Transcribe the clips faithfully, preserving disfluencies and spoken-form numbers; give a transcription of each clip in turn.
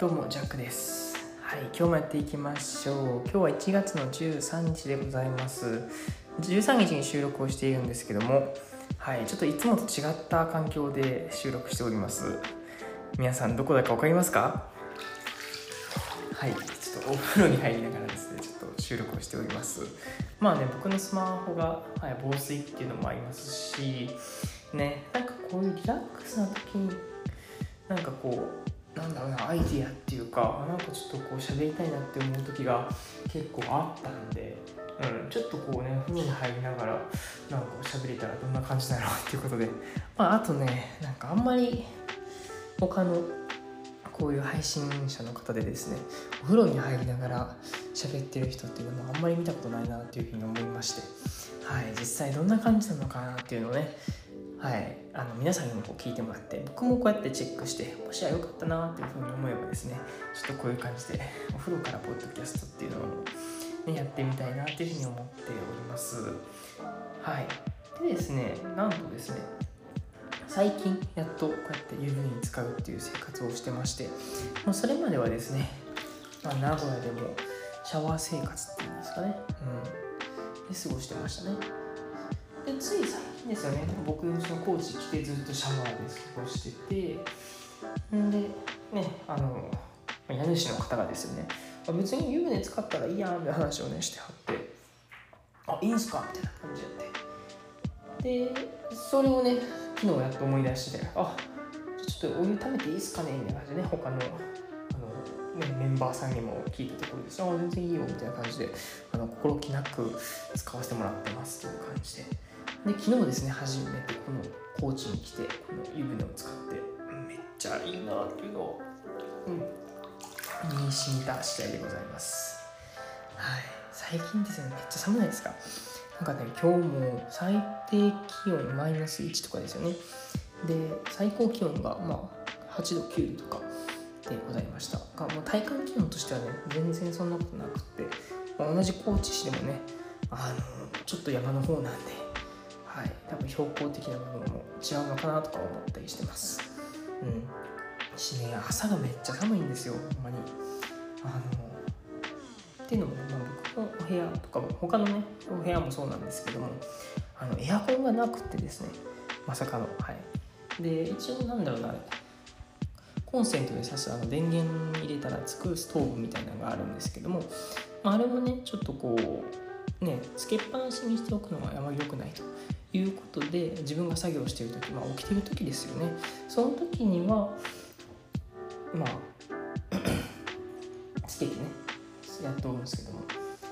どうもジャックです。はい、今日もやっていきましょう。今日はいちがつのじゅうさんにちでございます。じゅうさんにちに収録をしているんですけども、はい、ちょっといつもと違った環境で収録しております。皆さんどこだか分かりますか？はい、ちょっとお風呂に入りながらですね、ちょっと収録をしております。まあね、僕のスマホが、はい、防水っていうのもありますし、ね、なんかこういうリラックスな時に、なんかこう、なんだろうな、アイディアっていうか、なんかちょっとこう喋りたいなって思う時が結構あったんで、うん、ちょっとこうね、風呂に入りながら、なんか喋れたらどんな感じだろうっていうことで、まあ、あとね、なんかあんまり他のこういう配信者の方でですね、お風呂に入りながら喋ってる人っていうのもあんまり見たことないなっていうふうに思いまして、はい、実際どんな感じなのかなっていうのをね、はい、あの皆さんにもこう聞いてもらって、僕もこうやってチェックして、もしは良かったなっていうふうに思えばですね、ちょっとこういう感じでお風呂からポッドキャストっていうのを、ね、やってみたいなっていうふうに思っております。はい。でですね、なんとですね、最近やっとこうやって湯船に浸かるっていう生活をしてまして、まあ、それまではですね、まあ、名古屋でもシャワー生活っていうんですかね、うん、で過ごしてましたね。でつい最近ですよね、僕の高知来てずっとシャワーで過ごしてて、んでね、あの家主の方がですよね、別に湯船使ったらいいやんって話をねしてはって、あ、いいんすかみたいな感じやって、でそれをね昨日やっと思い出して、あ、ちょっとお湯溜めていいっすかねみたいな感じでね、他のあの、ね、メンバーさんにも聞いたところです。あ、全然いいよみたいな感じで、あの心気なく使わせてもらってますという感じで。で昨日ですね、初めてこの高知に来て、この湯船を使って、めっちゃいいなっていうのを、うん、身に染みた次第でございます。はい、最近ですね、めっちゃ寒いですか？なんかね、今日も最低気温マイナスいちとかですよね。で、最高気温がまあはちど、きゅうどとかでございましたが、まあ、体感気温としてはね、全然そんなことなくって、まあ、同じ高知市でもね、あのちょっと山の方なんで、はい、多分標高的な部分も違うのかなとか思ったりしてます。うん。しね、朝がめっちゃ寒いんですよ、ほんまに。あの、っていうのも、まあ、僕のお部屋とかも、他のね、お部屋もそうなんですけども、あのエアコンがなくってですね、まさかの、はい。で、一応なんだろうな、コンセントで挿すあの電源入れたらつくストーブみたいなのがあるんですけども、まあ、あれもね、ちょっとこう、ね、つけっぱなしにしておくのはあまり良くないということで、自分が作業している時、まあ、起きている時ですよね、その時にはまあつけてねやっておるんですけど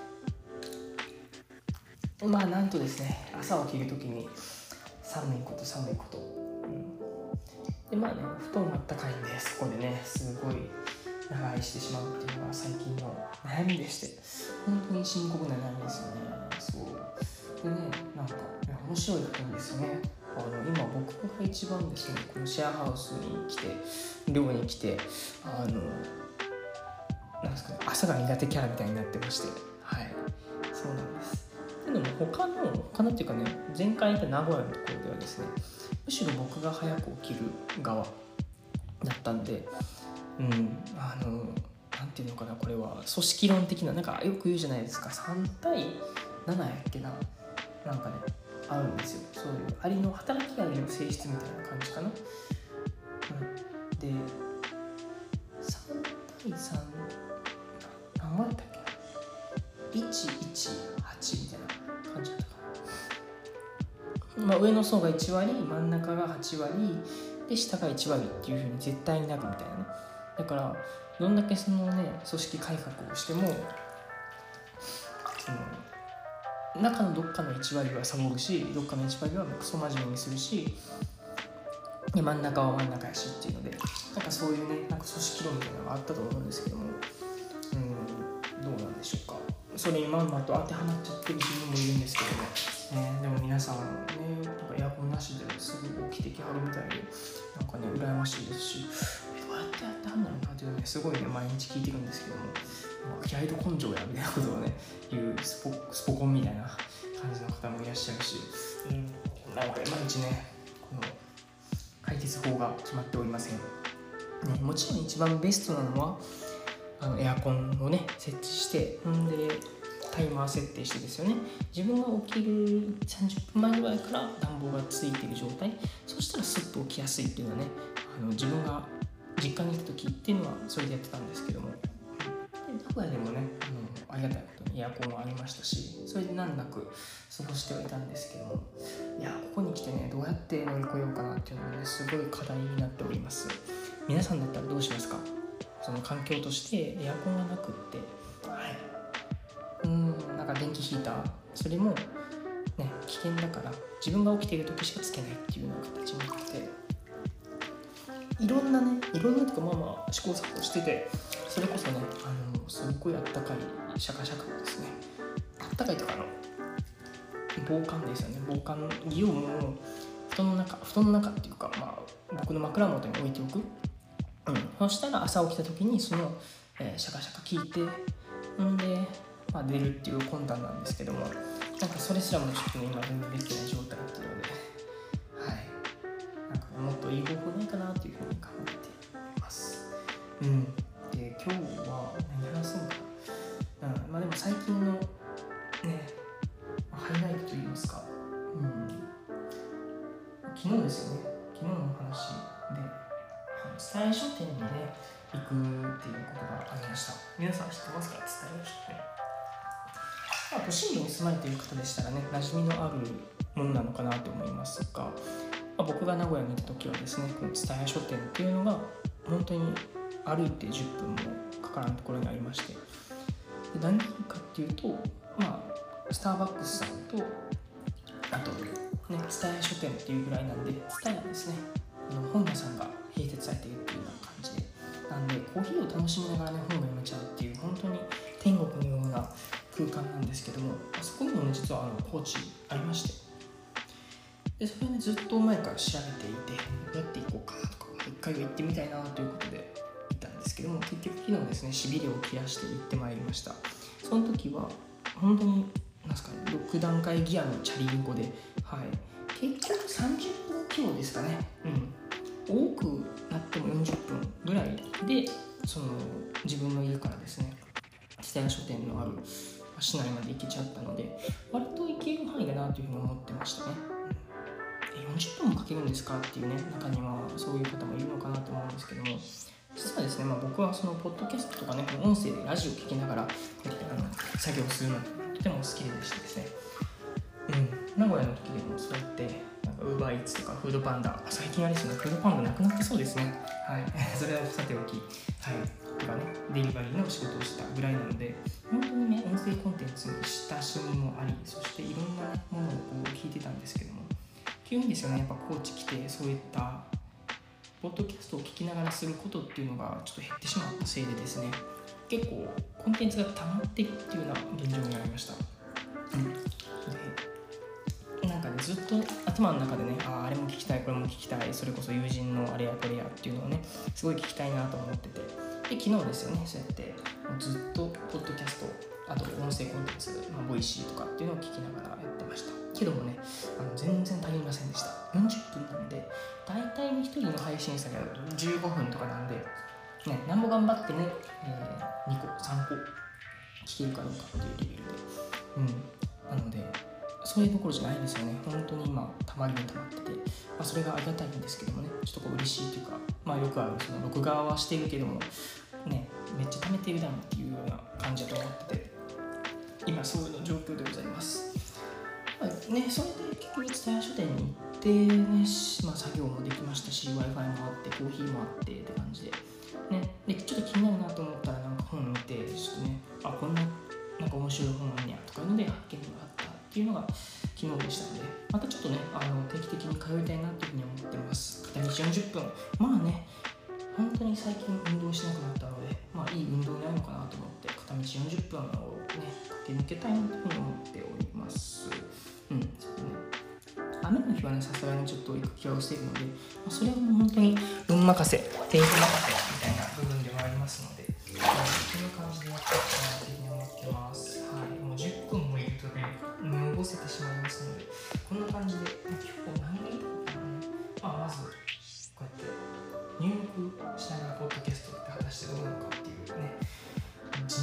も、まあなんとですね、朝起きる時に寒いこと寒いこと、うん、でまあね、布団があったかいんで、そこでねすごい長居してしまうっていうのが最近の悩みでして、本当に深刻な悩みですよね。そうでね、なんか面白いことにですよね、あの今僕が一番ですね、このシェアハウスに来て、寮に来て、あのなんですかね、朝が苦手キャラみたいになってまして、はい、そうなんです。でも他の他のっていうかね、前回いた名古屋のところではですね、むしろ僕が早く起きる側だったんで、うん、あのなんていうのかな、これは組織論的な、なんかよく言うじゃないですか、さんたいななやっけな、なんかねあるんですよ、そういうアリの働きアリの性質みたいな感じかな、うん、でさんたいさん何倍だったっけ、いちいちはちみたいな感じだったかな、まあ、上の層がいちわり、真ん中がはちわりで、下がいちわりっていう風に絶対になるみたいなね。だからどんだけそのね組織改革をしても、その中のどっかのいちわりはサボるし、どっかのいちわりはクソ真面目にするし、で真ん中は真ん中やしっていうので、なんかそういうね、なんか組織論みたいなのがあったと思うんですけども、うん、どうなんでしょうか。それにまんまと当てはまっちゃってる自分もいるんですけどね、ね、でも皆さんね、なんかエアコンなしですぐ起きてきはるみたいで、なんかね羨ましいですし、えどうやってやってはんのかっていうのね、すごいね毎日聞いてるんですけども、気合と根性やみたいなことをね言うスポ、スポコンみたいな感じの方もいらっしゃるし、うん、なんか毎日ねこの解決法が決まっておりません。 ね、もちろん一番ベストなのはあのエアコンをね設置して、んでタイマー設定してですよね、自分が起きるさんじゅっぷんまえぐらいから暖房がついている状態、そしたらスッと起きやすいっていうのはね、あの自分が実家にいた時っていうのはそれでやってたんですけども、で名古屋でもねあのありがたいことにエアコンはありましたし、それで難なく過ごしてはいたんですけども、いやここに来てねどうやって乗り越えようかなっていうのがねすごい課題になっております。皆さんだったらどうしますか？その環境としてエアコンがなくって、はい、うーんなんか電気ヒーター、それもね危険だから自分が起きている時しかつけないっていうような形になって、いろんなねいろんなとかまあまあ試行錯誤してて、それこそねあのすっごいあったかいシャカシャカですね、あったかいとかの防寒ですよね、防寒着をもう布団の中布団の中っていうか、まあ、僕の枕元に置いておく、うん、そしたら朝起きた時にその、えー、シャカシャカ効いてんで、まあ、出るっていう魂胆なんですけども、なんかそれすらもちょっとね今全然できてない状態っていうので、はい、なんか、ね、もっといい方法ないかなというふうに考えています。うん、で今日は何話すのかな、うん、まあでも最近のねハイライトといいますか、うん、昨日ですよね、昨日の話で伝え書店にね行くっていうことがありました。皆さん知ってますか？伝え書店、まあ、都心部に住まれている方でしたらね馴染みのあるものなのかなと思いますが、まあ、僕が名古屋にいた時はですねこの伝え書店っていうのが本当に歩いてじゅっぷんもかからんところにありまして、で何かっていうと、まあ、スターバックスさんとあとね蔦屋書店っていうぐらいなんで、蔦屋ですね本屋さんが併設されているっていうような感じで、なんでコーヒーを楽しみながらね本が読めちゃうっていう本当に天国のような空間なんですけども、あそこにもね実はあのコーチありまして、でそれをねずっと前から調べていて、どうやって行こうかなとか一回は行ってみたいなということで行ったんですけども、結局昨日ですねしびれを切らして行ってまいりました。その時は本当になんすかねろくだんかいギアのチャリンコで、はい、結局さんじゅっぷん強ですかね、うん、多くなってもよんじゅっぷんぐらいでその自分の家からですね蔦屋書店のある市内まで行けちゃったので、割と行ける範囲だなというふうに思ってましたね。よんじゅっぷんもかけるんですかっていうね、中にはそういう方もいるのかなと思うんですけども、実はですね、まあ、僕はそのポッドキャストとかね音声でラジオを聞きながらあの作業するのがとても好きでしてですね、うん、名古屋の時でもそうやってなんかウーバーイーツとかフードパンダ、最近あれですねフードパンダなくなってそうですね、はい、それはさておき、はい、とかねデリバリーの仕事をしたぐらいなので、本当にね音声コンテンツに親しみもあり、そしていろんなものをこう聞いてたんですけども、急にですよねやっぱ高知来てそういったポッドキャストを聞きながらすることっていうのがちょっと減ってしまったせいでですね、結構コンテンツが溜まっているっていうような現状になりました。うん、でなんかねずっと頭の中でね あ, あれも聞きたいこれも聞きたい、それこそ友人のあれやこれやっていうのをねすごい聞きたいなと思ってて、で昨日ですよねそうやってずっとポッドキャスト、あと音声コンテンツ、まあ、ボイシーとかっていうのを聞きながらやってましたけどもね、あの全然足りませんでした。よんじゅっぷんなんで大体ひとりの配信者がじゅうごふんとかなんで、ね、何も頑張ってね、えー、にこさんこ聞けるかどうかっていうレベルで、うん、なのでそういうところじゃないですよね。本当に今たまりにたまってて、まあ、それがありがたいんですけどもね、ちょっとこう嬉しいというか、まあよくあるその録画はしてるけどもね、めっちゃ貯めてるだろうっていうような感じだと思ってて、今そういうの状況でございます。まあね、それで結局蔦屋書店に行ってね、まあ、作業もできましたし Wi-Fi もあってコーヒーもあってって感じで、ね、でちょっと気になるなと思ったらなんか本見てちょっとね、あこんななんか面白い本あんねやとかいうので発見があったっていうのが昨日でしたので、またちょっとねあの定期的に通いたいなというふうに思ってます。片道よんじゅっぷん、まあね本当に最近運動しなくなったので、まあいい運動になるのかなと思って片道よんじゅっぷんをね駆け抜けたいなというふうに思っております。うん、ちょっとね雨の日はねさすがにちょっと行く気は失せるので、まあ、それはもう本当に運任せ、天気任せみたいな部分でもありますので、まあ、そういう感じでやっていきたいなというふうに思ってます。はい、もうじゅっぷんもいるとねのぼせてしまいますので、こんな感じで今日何がいいかな、まあ、まずこうやって入浴しながら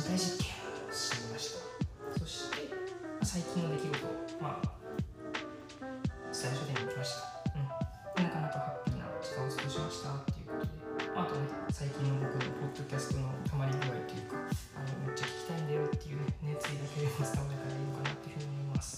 大実験をしてみました。そして、まあ、最近の出来事、まあ、最初でも来ました。うん。なかなかハッピーな時間を過ごしましたっていうことで、あとね、最近の僕のポッドキャストのハマり具合というか、あのめっちゃ聞きたいんだよっていうね、熱意だけでも伝われたらいいのかなっていうふうに思います。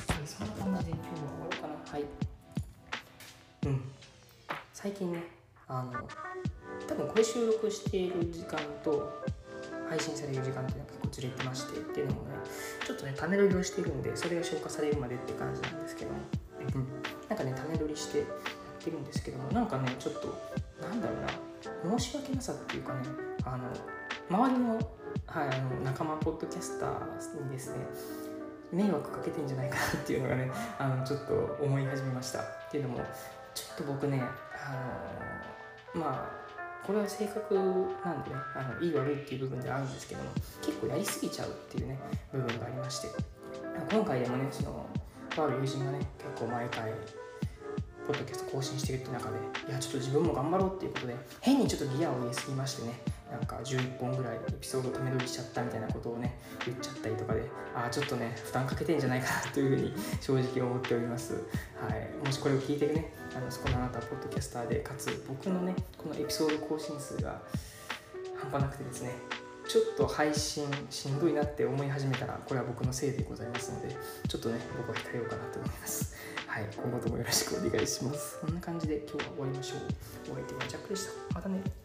はい、そんな感じで今日は終わろうかな。はい。うん。最近ね、あの、多分これ収録している時間と配信される時間っていうのが結構ずれてましてっていうのもね、ちょっとね、種取りをしているんで、それが消化されるまでって感じなんですけども、うん。なんかね、種取りしてやってるんですけども、なんかね、ちょっと、なんだろうな、申し訳なさっていうかね、あの、周りの、はい、あの仲間ポッドキャスターにですね、迷惑かけてんじゃないかなっていうのがね、あのちょっと思い始めました。っていうのも、ちょっと僕ね、あのまあこれは性格なんでね、あのいい悪いっていう部分ではあるんですけども、結構やりすぎちゃうっていうね部分がありまして、今回でもね、そのとある友人がね、結構毎回ポッドキャスト更新してるって中で、いやちょっと自分も頑張ろうっていうことで、変にちょっとギアを入れすぎましてね、なんかじゅういっぽんぐらいエピソードため撮りしちゃったみたいなことをね言っちゃったりとかで、ああちょっとね負担かけてんじゃないかなというふうに正直思っております。はい、もしこれを聞いてるね、あのそこのあなたポッドキャスターで、かつ僕のねこのエピソード更新数が半端なくてですね、ちょっと配信しんどいなって思い始めたら、これは僕のせいでございますので、ちょっとね僕は控えようかなと思います。はい、今後ともよろしくお願いします。こんな感じで今日は終わりましょう。お相手はジャックでした。またね。